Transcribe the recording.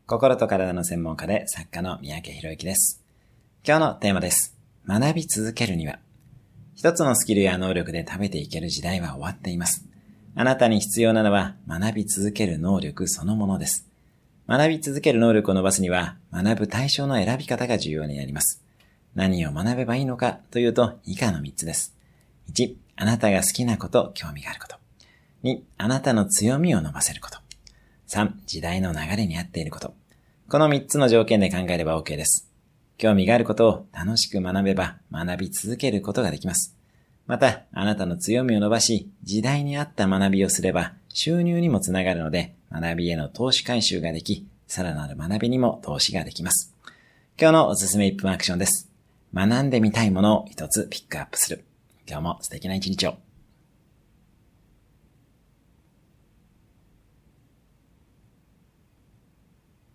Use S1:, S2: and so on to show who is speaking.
S1: 心と体の専門家で作家の三宅宏之です。今日のテーマです。学び続けるには。一つのスキルや能力で食べていける時代は終わっています。あなたに必要なのは学び続ける能力そのものです。学び続ける能力を伸ばすには学ぶ対象の選び方が重要になります。何を学べばいいのかというと以下の3つです。1、あなたが好きなこと、興味があること。2、あなたの強みを伸ばせること。3、時代の流れに合っていること。この3つの条件で考えれば OK です。興味があることを楽しく学べば学び続けることができます。また、あなたの強みを伸ばし、時代に合った学びをすれば収入にもつながるので、学びへの投資回収ができ、さらなる学びにも投資ができます。今日のおすすめ1分アクションです。学んでみたいものを一つピックアップする。今日も素敵な一日を。